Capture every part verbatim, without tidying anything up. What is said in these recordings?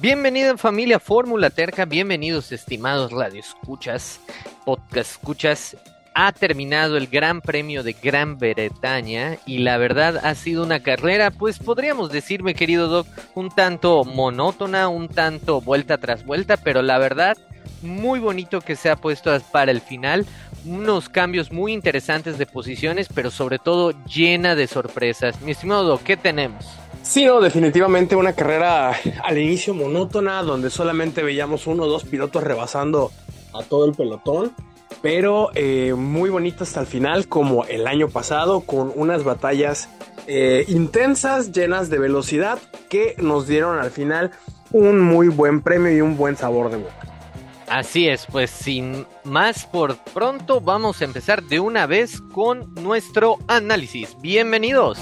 Bienvenido en familia Fórmula Terca, bienvenidos estimados radioescuchas, podcast escuchas. Ha terminado el Gran Premio de Gran Bretaña y la verdad ha sido una carrera, pues podríamos decirme, querido Doc, un tanto monótona, un tanto vuelta tras vuelta, pero la verdad muy bonito que se ha puesto para el final, unos cambios muy interesantes de posiciones, pero sobre todo llena de sorpresas. Mi estimado Doc, ¿qué tenemos? Sí, no, definitivamente una carrera al inicio monótona, donde solamente veíamos uno o dos pilotos rebasando a todo el pelotón, pero eh, muy bonita hasta el final, como el año pasado, con unas batallas eh, intensas, llenas de velocidad, que nos dieron al final un muy buen premio y un buen sabor de boca. Así es, pues sin más por pronto, vamos a empezar de una vez con nuestro análisis. Bienvenidos.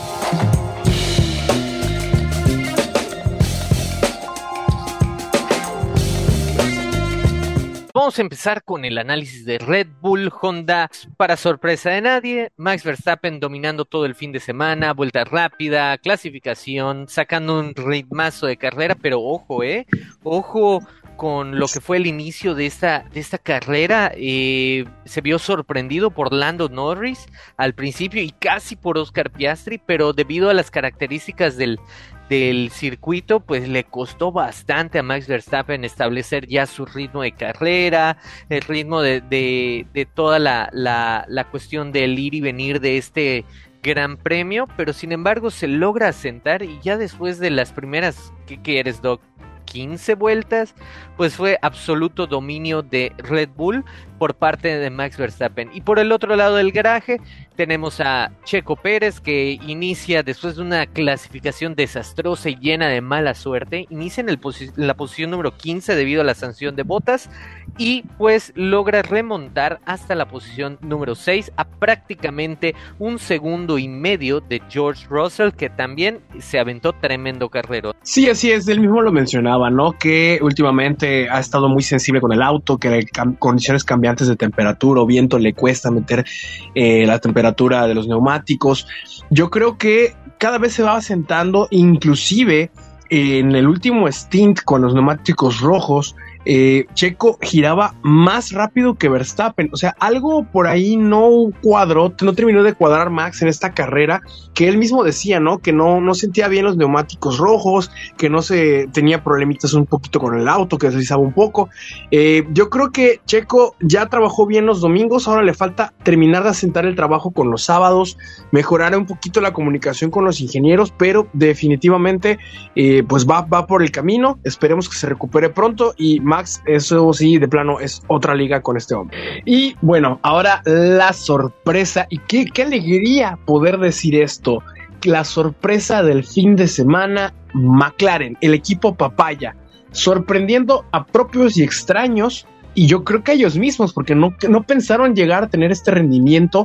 Vamos a empezar con el análisis de Red Bull Honda. Para sorpresa de nadie, Max Verstappen dominando todo el fin de semana, vuelta rápida, clasificación, sacando un ritmazo de carrera, pero ojo, eh, ojo con lo que fue el inicio de esta, de esta carrera. Eh, se vio sorprendido por Lando Norris al principio y casi por Oscar Piastri, pero debido a las características del del circuito, pues le costó bastante a Max Verstappen establecer ya su ritmo de carrera, el ritmo de, de, de toda la, la, la cuestión del ir y venir de este gran premio, pero sin embargo se logra asentar y ya después de las primeras, ¿qué quieres, Doc? quince vueltas, pues fue absoluto dominio de Red Bull por parte de Max Verstappen. Y por el otro lado del garaje tenemos a Checo Pérez, que inicia después de una clasificación desastrosa y llena de mala suerte, inicia en, el posi- en la posición número quince debido a la sanción de Bottas y pues logra remontar hasta la posición número seis a prácticamente un segundo y medio de George Russell, que también se aventó tremendo carrero. Sí, así es, él mismo lo mencionaba, ¿no? Que últimamente ha estado muy sensible con el auto, que cam- condiciones cambiantes de temperatura o viento le cuesta meter eh, la temperatura de los neumáticos. Yo creo que cada vez se va asentando, inclusive eh, en el último stint con los neumáticos rojos, eh, Checo giraba más rápido que Verstappen. O sea, algo por ahí no cuadró, no terminó de cuadrar Max en esta carrera, que él mismo decía, ¿no? Que no, no sentía bien los neumáticos rojos, que no se tenía problemitas un poquito con el auto, que deslizaba un poco. Eh, yo creo que Checo ya trabajó bien los domingos, ahora le falta terminar de asentar el trabajo con los sábados, mejorar un poquito la comunicación con los ingenieros, pero definitivamente eh, pues va, va por el camino. Esperemos que se recupere pronto y Max, eso sí, de plano es otra liga con este hombre. Y bueno, ahora la sorpresa, y qué, qué alegría poder decir esto, la sorpresa del fin de semana, McLaren, el equipo papaya, sorprendiendo a propios y extraños, y yo creo que a ellos mismos, porque no, no pensaron llegar a tener este rendimiento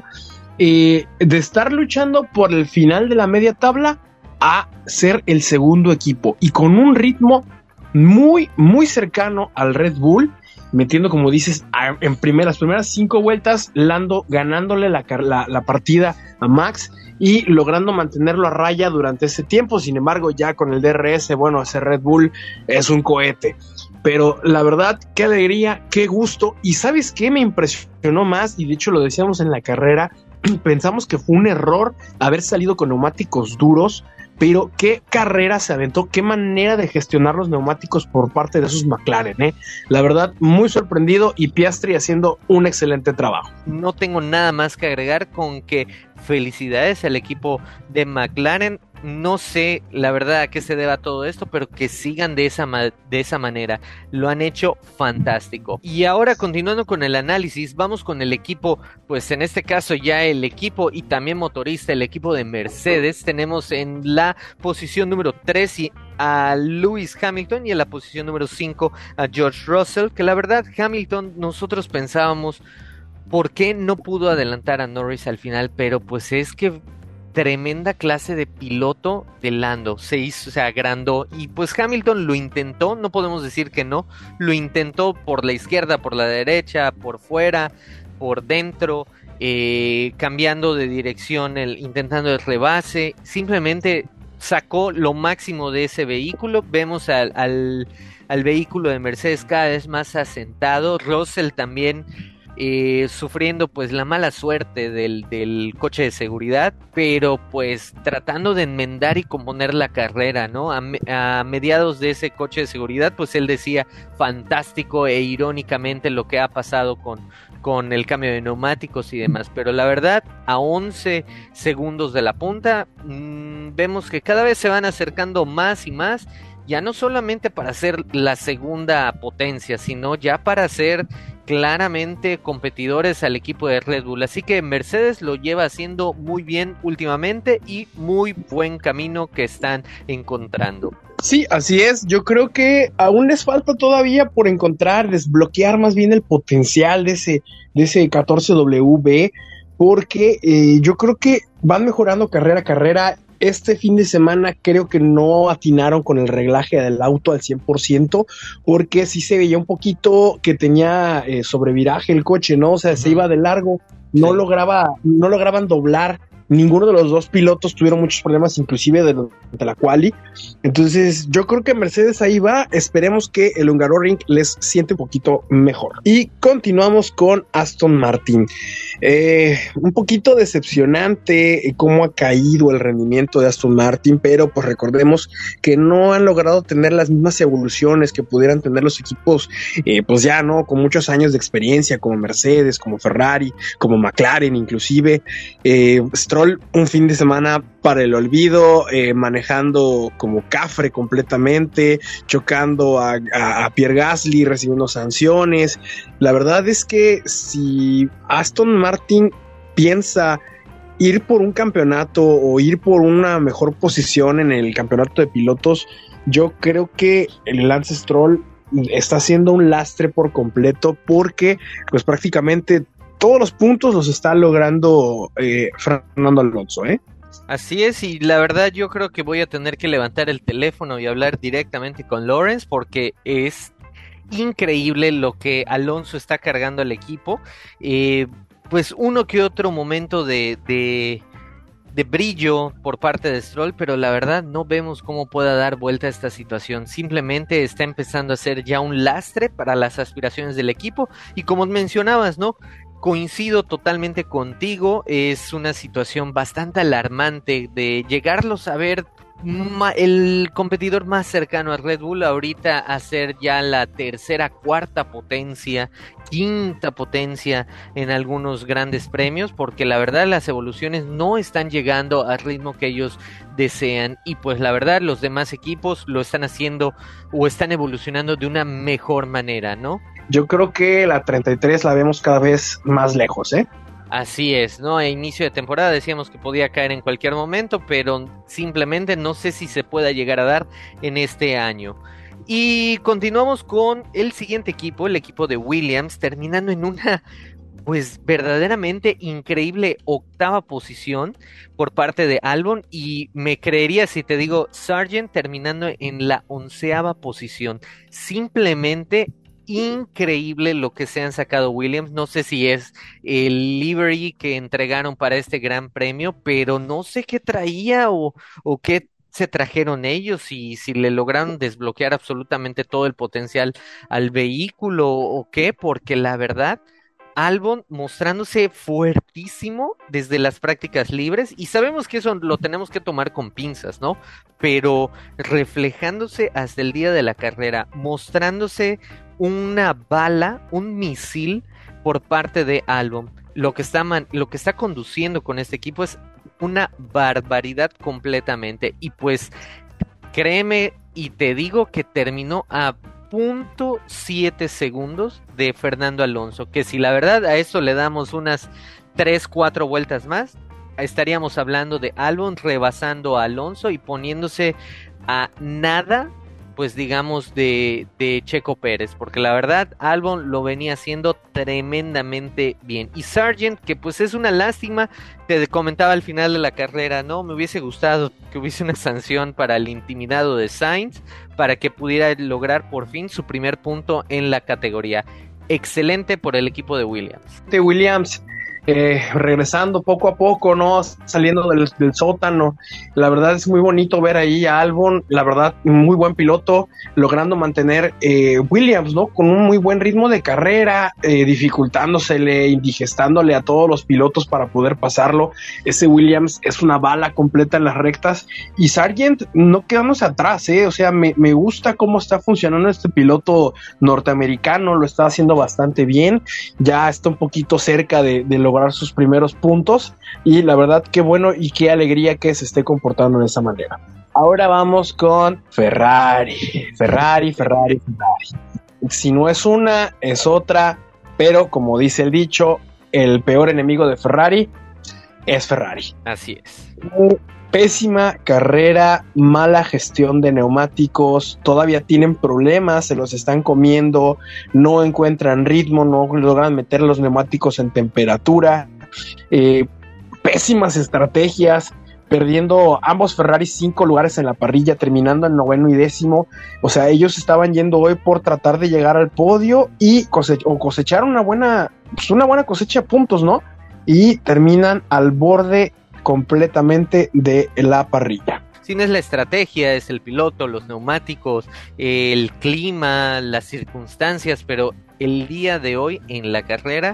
eh, de estar luchando por el final de la media tabla a ser el segundo equipo, y con un ritmo muy, muy cercano al Red Bull, metiendo, como dices, a, en primeras, las primeras cinco vueltas, Lando ganándole la, la, la partida a Max y logrando mantenerlo a raya durante ese tiempo. Sin embargo, ya con el D R S, bueno, ese Red Bull es un cohete. Pero la verdad, qué alegría, qué gusto. Y ¿sabes qué me impresionó más? Y de hecho lo decíamos en la carrera, pensamos que fue un error haber salido con neumáticos duros, pero qué carrera se aventó, qué manera de gestionar los neumáticos por parte de esos McLaren, ¿eh? La verdad, muy sorprendido, y Piastri haciendo un excelente trabajo. No tengo nada más que agregar con que felicidades al equipo de McLaren. No sé la verdad a qué se deba todo esto, pero que sigan de esa, ma- de esa manera. Lo han hecho fantástico. Y ahora, continuando con el análisis, vamos con el equipo, pues en este caso ya el equipo y también motorista, el equipo de Mercedes. Tenemos en la posición número tres y a Lewis Hamilton, y en la posición número cinco a George Russell, que la verdad Hamilton nosotros pensábamos por qué no pudo adelantar a Norris al final, pero pues es que tremenda clase de piloto de Lando, se hizo, se agrandó, y pues Hamilton lo intentó, no podemos decir que no, lo intentó por la izquierda, por la derecha, por fuera, por dentro, eh, cambiando de dirección, el, intentando el rebase, simplemente sacó lo máximo de ese vehículo. Vemos al, al, al vehículo de Mercedes cada vez más asentado. Russell también eh, sufriendo pues la mala suerte del, del coche de seguridad, pero pues tratando de enmendar y componer la carrera, ¿no? A, a mediados de ese coche de seguridad, pues él decía fantástico e irónicamente lo que ha pasado con con el cambio de neumáticos y demás, pero la verdad, a once segundos de la punta, mmm, vemos que cada vez se van acercando más y más, ya no solamente para ser la segunda potencia, sino ya para ser claramente competidores al equipo de Red Bull, así que Mercedes lo lleva haciendo muy bien últimamente y muy buen camino que están encontrando. Sí, así es. Yo creo que aún les falta todavía por encontrar, desbloquear más bien el potencial de ese, de ese catorce W B, porque eh, yo creo que van mejorando carrera a carrera. Este fin de semana creo que no atinaron con el reglaje del auto al cien por ciento, porque sí se veía un poquito que tenía eh, sobreviraje el coche, ¿no? O sea, uh-huh. se iba de largo, no sí. lograba, no lograban doblar. Ninguno de los dos pilotos tuvieron muchos problemas, inclusive de, de la quali. Entonces, yo creo que Mercedes ahí va. Esperemos que el Hungaroring les siente un poquito mejor. Y continuamos con Aston Martin. Eh, un poquito decepcionante cómo ha caído el rendimiento de Aston Martin, pero pues recordemos que no han logrado tener las mismas evoluciones que pudieran tener los equipos, eh, pues ya, ¿no? Con muchos años de experiencia, como Mercedes, como Ferrari, como McLaren, inclusive. Eh, un fin de semana para el olvido, eh, manejando como cafre completamente, chocando a, a, a Pierre Gasly, recibiendo sanciones. La verdad es que si Aston Martin piensa ir por un campeonato o ir por una mejor posición en el campeonato de pilotos, yo creo que el Lance Stroll está haciendo un lastre por completo, porque pues prácticamente todos los puntos los está logrando eh, Fernando Alonso, ¿eh? Así es, y la verdad yo creo que voy a tener que levantar el teléfono y hablar directamente con Lawrence, porque es increíble lo que Alonso está cargando al equipo. Eh, pues uno que otro momento de, de, de brillo por parte de Stroll, pero la verdad no vemos cómo pueda dar vuelta a esta situación. Simplemente está empezando a ser ya un lastre para las aspiraciones del equipo, y como mencionabas, ¿no? Coincido totalmente contigo, es una situación bastante alarmante de llegarlos a ver ma- el competidor más cercano a Red Bull ahorita a ser ya la tercera, cuarta potencia, quinta potencia en algunos grandes premios, porque la verdad las evoluciones no están llegando al ritmo que ellos desean, y pues la verdad los demás equipos lo están haciendo o están evolucionando de una mejor manera, ¿no? Yo creo que la treinta y tres la vemos cada vez más lejos, ¿eh? Así es, ¿no? A inicio de temporada decíamos que podía caer en cualquier momento, pero simplemente no sé si se pueda llegar a dar en este año. Y continuamos con el siguiente equipo, el equipo de Williams, terminando en una pues verdaderamente increíble octava posición por parte de Albon, y me creería si te digo Sargent terminando en la onceava posición. Simplemente increíble lo que se han sacado Williams. No sé si es el livery que entregaron para este gran premio, pero no sé qué traía o, o qué se trajeron ellos, y si le lograron desbloquear absolutamente todo el potencial al vehículo o qué, porque la verdad Albon mostrándose fuertísimo desde las prácticas libres, y sabemos que eso lo tenemos que tomar con pinzas, ¿no? Pero reflejándose hasta el día de la carrera, mostrándose una bala, un misil por parte de Albon. Lo que está man- lo que está conduciendo con este equipo es una barbaridad completamente, y pues créeme y te digo que terminó a punto siete segundos de Fernando Alonso, que si la verdad a eso le damos unas tres, cuatro vueltas más, estaríamos hablando de Albon rebasando a Alonso y poniéndose a nada, pues digamos de, de Checo Pérez, porque la verdad Albon lo venía haciendo tremendamente bien. Y Sargent, que pues es una lástima, te comentaba al final de la carrera, no, me hubiese gustado que hubiese una sanción para el intimidado de Sainz, para que pudiera lograr por fin su primer punto en la categoría. Excelente por el equipo de Williams. De Williams, eh, regresando poco a poco, ¿no? Saliendo del, del sótano. La verdad es muy bonito ver ahí a Albon, la verdad, muy buen piloto, logrando mantener eh, Williams, ¿no? Con un muy buen ritmo de carrera, eh, dificultándosele, indigestándole a todos los pilotos para poder pasarlo. Ese Williams es una bala completa en las rectas, y Sargent no quedándose atrás, ¿eh? O sea, me, me gusta cómo está funcionando este piloto norteamericano, lo está haciendo bastante bien, ya está un poquito cerca de, de lograr sus primeros puntos, y la verdad qué bueno y qué alegría que se esté comportando de esa manera. Ahora vamos con Ferrari, Ferrari, Ferrari, Ferrari. Si no es una, es otra, pero como dice el dicho, el peor enemigo de Ferrari es Ferrari. Así es. Pésima carrera, mala gestión de neumáticos, todavía tienen problemas, se los están comiendo, no encuentran ritmo, no logran meter los neumáticos en temperatura, eh, pésimas estrategias, perdiendo ambos Ferraris cinco lugares en la parrilla, terminando en noveno y décimo. O sea, ellos estaban yendo hoy por tratar de llegar al podio y cosech- o cosechar una buena, pues una buena cosecha de puntos, ¿no? Y terminan al borde completamente de la parrilla. Si no es la estrategia, es el piloto, los neumáticos, el clima, las circunstancias, pero el día de hoy en la carrera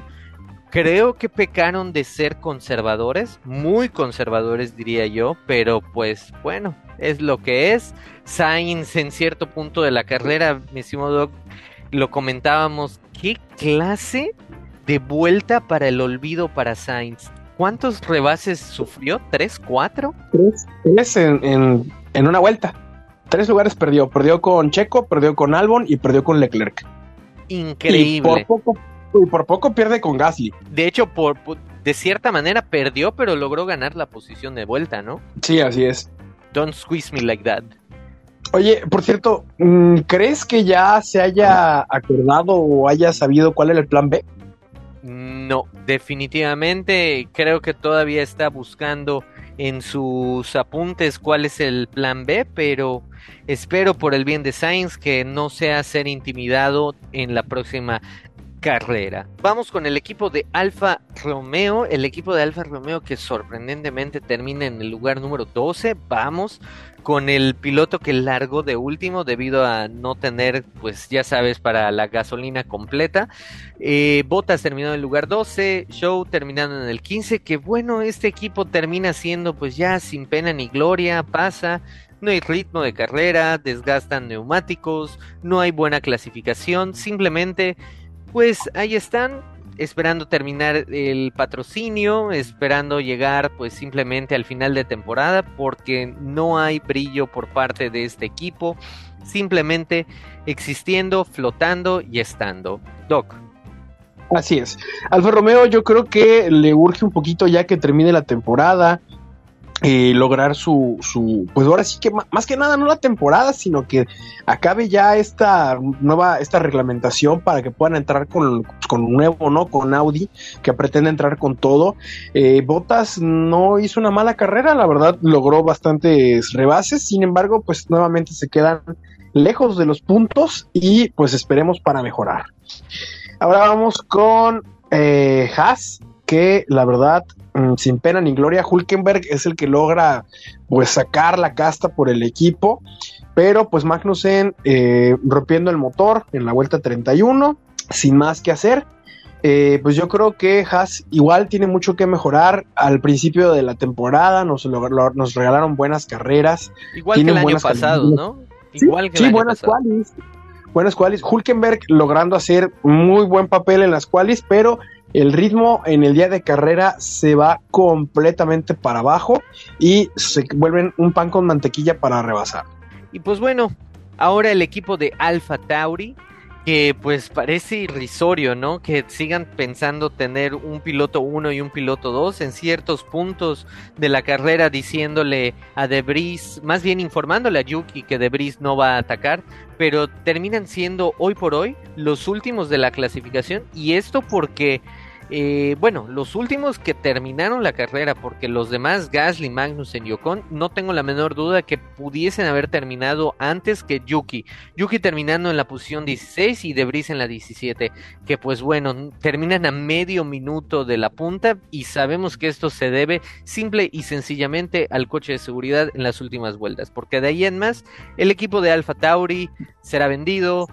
creo que pecaron de ser conservadores, muy conservadores diría yo, pero pues bueno, es lo que es. Sainz en cierto punto de la carrera, mi estimado Doc, lo comentábamos, ¿qué clase de vuelta para el olvido para Sainz? ¿Cuántos rebases sufrió? ¿Tres? ¿Cuatro? Tres, tres en, en, en una vuelta. Tres lugares perdió. Perdió con Checo, perdió con Albon y perdió con Leclerc. Increíble. Y por poco, y por poco pierde con Gasly. De hecho, por, por de cierta manera perdió, pero logró ganar la posición de vuelta, ¿no? Sí, así es. Don't squeeze me like that. Oye, por cierto, ¿crees que ya se haya acordado o haya sabido cuál era el plan B? No, definitivamente creo que todavía está buscando en sus apuntes cuál es el plan B, pero espero por el bien de Sainz que no sea ser intimidado en la próxima carrera. Vamos con el equipo de Alfa Romeo, el equipo de Alfa Romeo que sorprendentemente termina en el lugar número doce. Vamos con el piloto que largó de último debido a no tener, pues ya sabes, para la gasolina completa. eh, Bottas terminó en el lugar doce, Show terminando en el quince. Que bueno, este equipo termina siendo pues ya sin pena ni gloria, pasa. No hay ritmo de carrera, desgastan neumáticos, no hay buena clasificación, simplemente pues ahí están, esperando terminar el patrocinio, esperando llegar pues simplemente al final de temporada, porque no hay brillo por parte de este equipo, simplemente existiendo, flotando y estando. Doc. Así es. Alfa Romeo yo creo que le urge un poquito ya que termine la temporada, eh, lograr su, su, pues ahora sí que más, más que nada no la temporada, sino que acabe ya esta nueva, esta reglamentación para que puedan entrar con, con nuevo, ¿no? Con Audi, que pretende entrar con todo. Eh, Bottas no hizo una mala carrera, la verdad logró bastantes rebases, sin embargo, pues nuevamente se quedan lejos de los puntos y pues esperemos para mejorar. Ahora vamos con eh, Haas, que la verdad, mmm, sin pena ni gloria, Hülkenberg es el que logra pues sacar la casta por el equipo, pero pues Magnussen eh, rompiendo el motor en la vuelta treinta y uno, sin más que hacer. Eh, pues yo creo que Haas igual tiene mucho que mejorar. Al principio de la temporada nos, lo, lo, nos regalaron buenas carreras. Igual que el año pasado, ¿no? Igual sí, que el sí, año buenas pasado. qualis. Buenas qualis. Hülkenberg logrando hacer muy buen papel en las qualis, pero el ritmo en el día de carrera se va completamente para abajo y se vuelven un pan con mantequilla para rebasar. Y pues bueno, ahora el equipo de Alfa Tauri, que pues parece irrisorio, ¿no? Que sigan pensando tener un piloto uno y un piloto dos en ciertos puntos de la carrera, diciéndole a De Vries, más bien informándole a Yuki que De Vries no va a atacar, pero terminan siendo hoy por hoy los últimos de la clasificación, y esto porque Eh, bueno, los últimos que terminaron la carrera, porque los demás, Gasly, Magnussen y Ocon, no tengo la menor duda que pudiesen haber terminado antes que Yuki. Yuki terminando en la posición dieciséis y De Vries en la diecisiete, que pues bueno, terminan a medio minuto de la punta y sabemos que esto se debe simple y sencillamente al coche de seguridad en las últimas vueltas, porque de ahí en más el equipo de Alfa Tauri será vendido,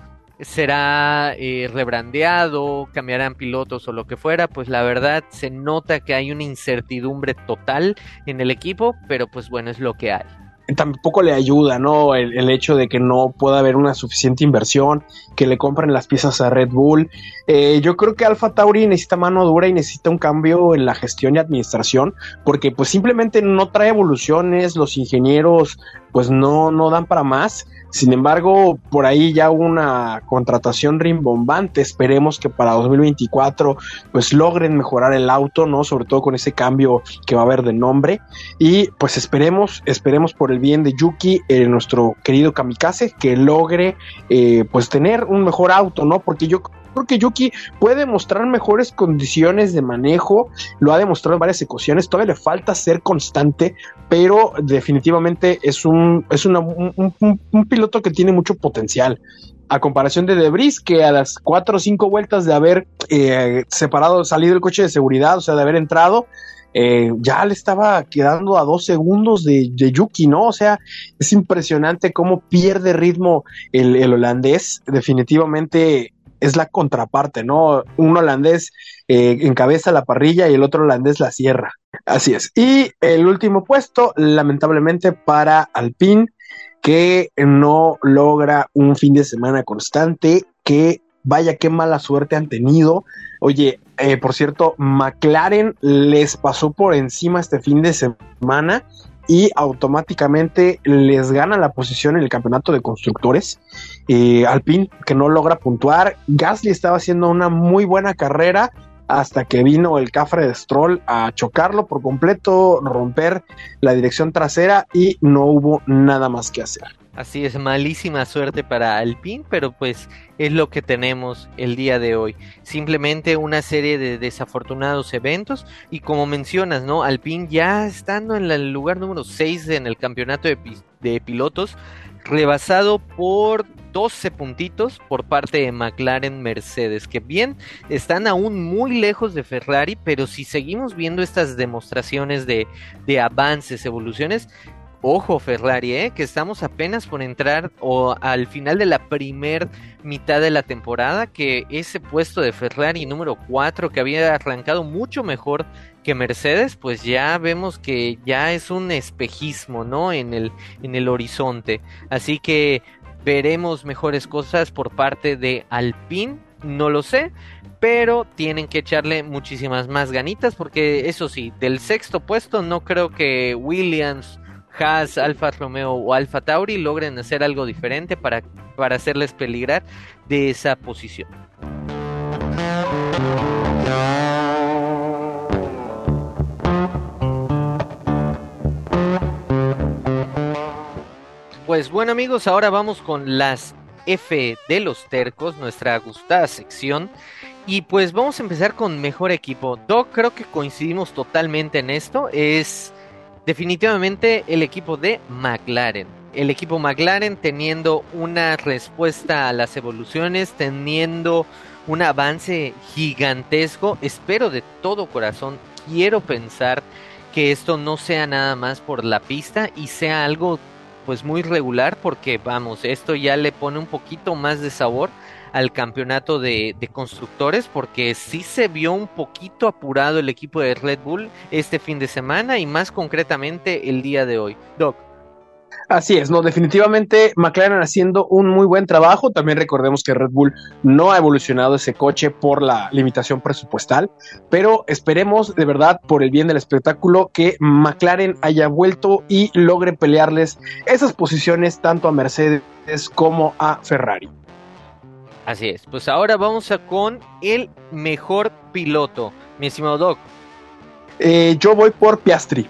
será eh, rebrandeado, cambiarán pilotos o lo que fuera. Pues la verdad se nota que hay una incertidumbre total en el equipo, pero pues bueno, es lo que hay. Tampoco le ayuda, ¿no? El, el hecho de que no pueda haber una suficiente inversión, que le compren las piezas a Red Bull. Eh, yo creo que Alfa Tauri necesita mano dura y necesita un cambio en la gestión y administración, porque pues simplemente no trae evoluciones, los ingenieros pues no, no dan para más. Sin embargo, por ahí ya una contratación rimbombante. Esperemos que para dos mil veinticuatro pues logren mejorar el auto, ¿no? Sobre todo con ese cambio que va a haber de nombre. Y pues esperemos, esperemos por el bien de Yuki, eh, nuestro querido Kamikaze, que logre eh, pues tener un mejor auto, ¿no? Porque yo creo que Yuki puede mostrar mejores condiciones de manejo, lo ha demostrado en varias ocasiones, todavía le falta ser constante, pero definitivamente es un, es una, un, un, un piloto que tiene mucho potencial. A comparación de De Vries, que a las cuatro o cinco vueltas de haber eh, separado, salido el coche de seguridad, o sea, de haber entrado, Eh, ya le estaba quedando a dos segundos de, de Yuki, ¿no? O sea, es impresionante cómo pierde ritmo el, el holandés. Definitivamente es la contraparte, ¿no? Un holandés eh, encabeza la parrilla y el otro holandés la cierra. Así es. Y el último puesto, lamentablemente para Alpine, que no logra un fin de semana constante, que vaya qué mala suerte han tenido. Oye, eh, por cierto, McLaren les pasó por encima este fin de semana y automáticamente les gana la posición en el campeonato de constructores. Eh, Alpine, que no logra puntuar. Gasly estaba haciendo una muy buena carrera hasta que vino el cafre de Stroll a chocarlo por completo, romper la dirección trasera y no hubo nada más que hacer. Así es, malísima suerte para Alpine, pero pues es lo que tenemos el día de hoy. Simplemente una serie de desafortunados eventos y como mencionas, ¿no? Alpine ya estando en el lugar número seis en el campeonato de, pi- de pilotos, rebasado por doce puntitos por parte de McLaren Mercedes, que bien están aún muy lejos de Ferrari, pero si seguimos viendo estas demostraciones de, de avances, evoluciones, ojo Ferrari, ¿eh? Que estamos apenas por entrar o al final de la primer mitad de la temporada, que ese puesto de Ferrari número cuatro que había arrancado mucho mejor que Mercedes, pues ya vemos que ya es un espejismo, ¿no? En el, en el horizonte. Así que veremos mejores cosas por parte de Alpine, no lo sé, pero tienen que echarle muchísimas más ganitas, porque eso sí, del sexto puesto no creo que Williams, Haas, Alfa Romeo o Alfa Tauri logren hacer algo diferente para, para hacerles peligrar de esa posición. Pues bueno amigos, ahora vamos con las F de los tercos, nuestra gustada sección. Y pues vamos a empezar con mejor equipo. Doc, creo que coincidimos totalmente en esto. Es definitivamente el equipo de McLaren. El equipo McLaren teniendo una respuesta a las evoluciones, teniendo un avance gigantesco. Espero de todo corazón, quiero pensar que esto no sea nada más por la pista y sea algo pues muy regular, porque vamos, esto ya le pone un poquito más de sabor al campeonato de, de constructores, porque sí se vio un poquito apurado el equipo de Red Bull este fin de semana y más concretamente el día de hoy. Doc. Así es, no, definitivamente McLaren haciendo un muy buen trabajo. También recordemos que Red Bull no ha evolucionado ese coche por la limitación presupuestal, pero esperemos de verdad por el bien del espectáculo que McLaren haya vuelto y logre pelearles esas posiciones tanto a Mercedes como a Ferrari. Así es, pues ahora vamos a con el mejor piloto, mi estimado Doc. Eh, yo voy por Piastri.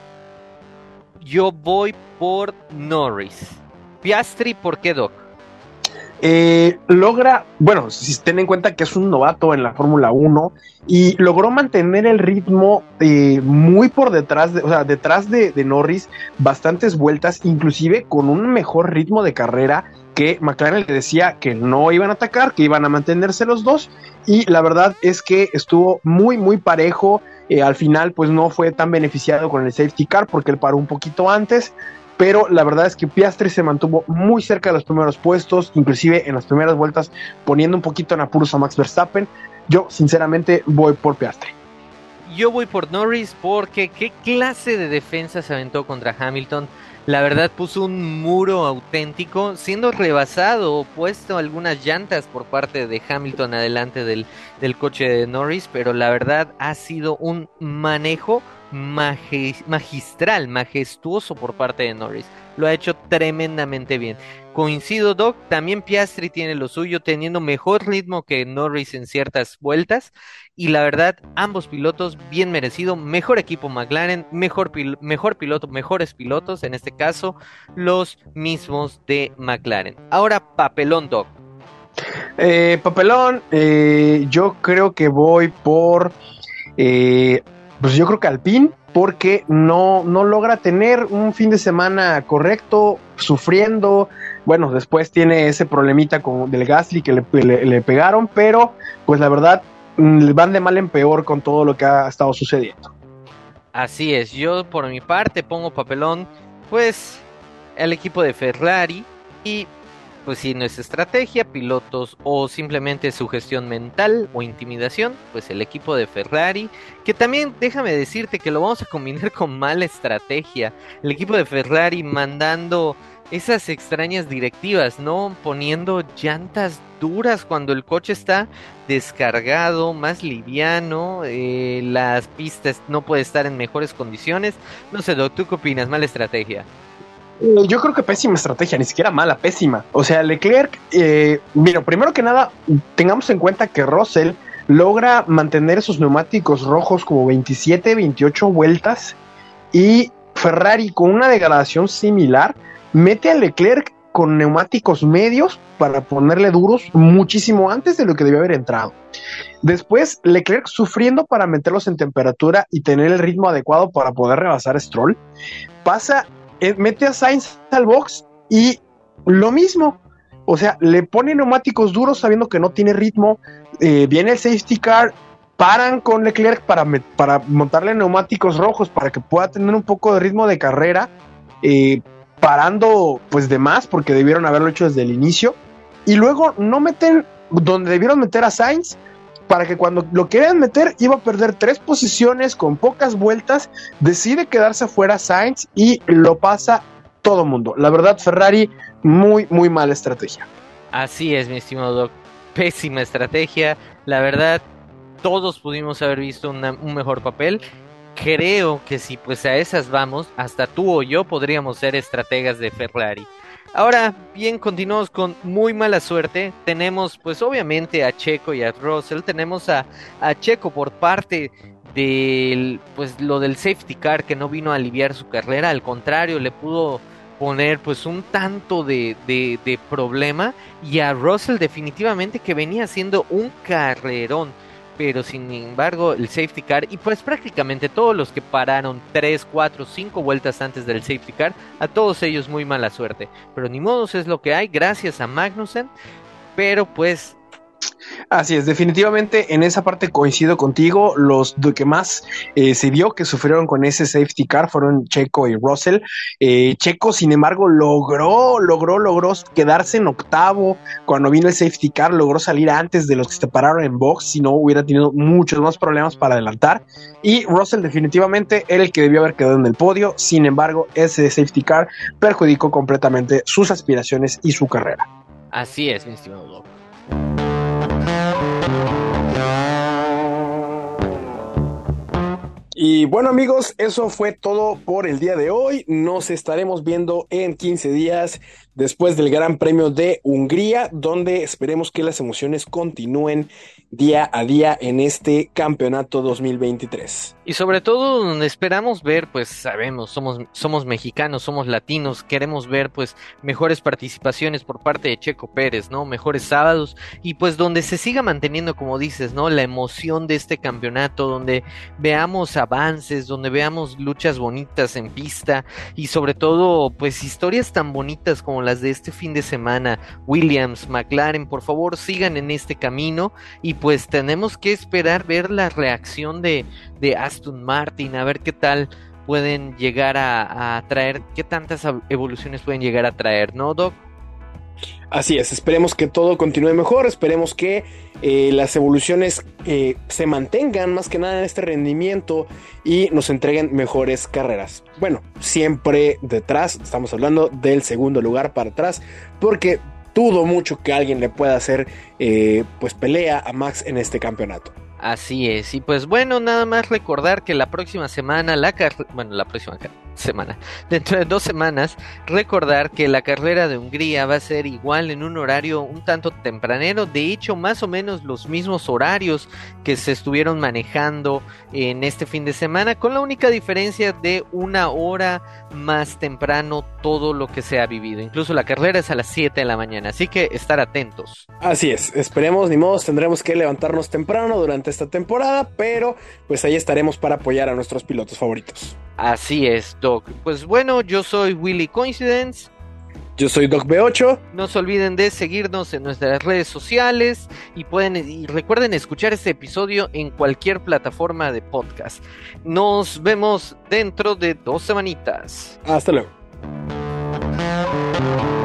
Yo voy por Norris. Piastri, ¿por qué, Doc? eh, logra, bueno, si ten en cuenta que es un novato en la Fórmula uno y logró mantener el ritmo eh, muy por detrás, de, o sea, detrás de, de Norris, bastantes vueltas, inclusive con un mejor ritmo de carrera que McLaren le decía que no iban a atacar, que iban a mantenerse los dos, y la verdad es que estuvo muy, muy parejo. Eh, al final, pues no fue tan beneficiado con el safety car porque él paró un poquito antes, pero la verdad es que Piastri se mantuvo muy cerca de los primeros puestos, inclusive en las primeras vueltas poniendo un poquito en apuros a Max Verstappen. Yo sinceramente voy por Piastri. Yo voy por Norris porque qué clase de defensa se aventó contra Hamilton. La verdad puso un muro auténtico, siendo rebasado o puesto algunas llantas por parte de Hamilton adelante del, del coche de Norris, pero la verdad ha sido un manejo magi- magistral, majestuoso por parte de Norris. Lo ha hecho tremendamente bien. Coincido, Doc, también Piastri tiene lo suyo, teniendo mejor ritmo que Norris en ciertas vueltas, y la verdad, ambos pilotos bien merecido, mejor equipo McLaren, mejor, pil- mejor piloto, mejores pilotos, en este caso, los mismos de McLaren. Ahora, papelón, Doc. Eh, papelón, eh, yo creo que voy por, eh, pues yo creo que Alpine, porque no, no logra tener un fin de semana correcto, sufriendo. Bueno, después tiene ese problemita con del Gasly que le, le, le pegaron, pero pues la verdad van de mal en peor con todo lo que ha estado sucediendo. Así es, yo por mi parte pongo papelón, pues, al equipo de Ferrari, y pues si no es estrategia, pilotos o simplemente su gestión mental o intimidación, pues el equipo de Ferrari, que también déjame decirte que lo vamos a combinar con mala estrategia. El equipo de Ferrari mandando esas extrañas directivas, ¿no? Poniendo llantas duras cuando el coche está descargado, más liviano, eh, las pistas no puede estar en mejores condiciones. No sé, Doc, ¿tú qué opinas? Mala estrategia. Yo creo que pésima estrategia, ni siquiera mala, pésima. O sea, Leclerc, eh, mira, primero que nada, tengamos en cuenta que Russell logra mantener esos neumáticos rojos como veintisiete, veintiocho vueltas, y Ferrari con una degradación similar mete a Leclerc con neumáticos medios para ponerle duros muchísimo antes de lo que debió haber entrado. Después, Leclerc sufriendo para meterlos en temperatura y tener el ritmo adecuado para poder rebasar a Stroll. Pasa, eh, mete a Sainz al box y lo mismo. O sea, le pone neumáticos duros sabiendo que no tiene ritmo. Eh, viene el safety car, paran con Leclerc para, met- para montarle neumáticos rojos para que pueda tener un poco de ritmo de carrera. Eh, parando pues de más porque debieron haberlo hecho desde el inicio, y luego no meten donde debieron meter a Sainz para que cuando lo querían meter iba a perder tres posiciones con pocas vueltas, decide quedarse fuera Sainz y lo pasa todo mundo. La verdad, Ferrari, muy muy mala estrategia. Así es, mi estimado Doc, pésima estrategia, la verdad, todos pudimos haber visto una, un mejor papel. Creo que si pues a esas vamos, hasta tú o yo podríamos ser estrategas de Ferrari. Ahora bien, continuamos con muy mala suerte. Tenemos pues obviamente a Checo y a Russell. Tenemos a, a Checo por parte del pues lo del safety car, que no vino a aliviar su carrera. Al contrario, le pudo poner pues un tanto de, de, de problema. Y a Russell definitivamente, que venía haciendo un carrerón, pero sin embargo el safety car, y pues prácticamente todos los que pararon tres, cuatro, cinco vueltas antes del safety car, a todos ellos muy mala suerte, pero ni modos, es lo que hay, gracias a Magnussen, pero pues... Así es, definitivamente en esa parte coincido contigo. Los que más eh, se vio que sufrieron con ese safety car fueron Checo y Russell. Eh, Checo, sin embargo, logró, logró, logró quedarse en octavo cuando vino el safety car, logró salir antes de los que se pararon en box, si no hubiera tenido muchos más problemas para adelantar. Y Russell definitivamente era el que debió haber quedado en el podio, sin embargo, ese safety car perjudicó completamente sus aspiraciones y su carrera. Así es, mi estimado Doc. Y bueno, amigos, eso fue todo por el día de hoy. Nos estaremos viendo en quince días después del Gran Premio de Hungría, donde esperemos que las emociones continúen día a día en este campeonato dos mil veintitrés. Y sobre todo donde esperamos ver, pues sabemos, somos, somos mexicanos, somos latinos, queremos ver pues mejores participaciones por parte de Checo Pérez, ¿no? Mejores sábados y pues donde se siga manteniendo, como dices, ¿no? La emoción de este campeonato, donde veamos avances, donde veamos luchas bonitas en pista y sobre todo pues historias tan bonitas como las de este fin de semana. Williams, McLaren, por favor sigan en este camino y pues tenemos que esperar ver la reacción de, de Aston Martin, a ver qué tal pueden llegar a, a traer, qué tantas evoluciones pueden llegar a traer, ¿no, Doc? Así es, esperemos que todo continúe mejor, esperemos que eh, las evoluciones eh, se mantengan más que nada en este rendimiento y nos entreguen mejores carreras. Bueno, siempre detrás, estamos hablando del segundo lugar para atrás, porque dudo mucho que alguien le pueda hacer eh, pues pelea a Max en este campeonato. Así es, y pues bueno, nada más recordar que la próxima semana, la car- bueno, la próxima car- semana, dentro de dos semanas, recordar que la carrera de Hungría va a ser igual en un horario un tanto tempranero, de hecho más o menos los mismos horarios que se estuvieron manejando en este fin de semana, con la única diferencia de una hora más temprano todo lo que se ha vivido, incluso la carrera es a las siete de la mañana, así que estar atentos. Así es, esperemos, ni modo, tendremos que levantarnos temprano durante esta temporada, pero pues ahí estaremos para apoyar a nuestros pilotos favoritos. Así es, Doc. Pues bueno, yo soy Willy Coincidence. Yo soy Doc B ocho. No se olviden de seguirnos en nuestras redes sociales y pueden y recuerden escuchar este episodio en cualquier plataforma de podcast. Nos vemos dentro de dos semanitas. Hasta luego.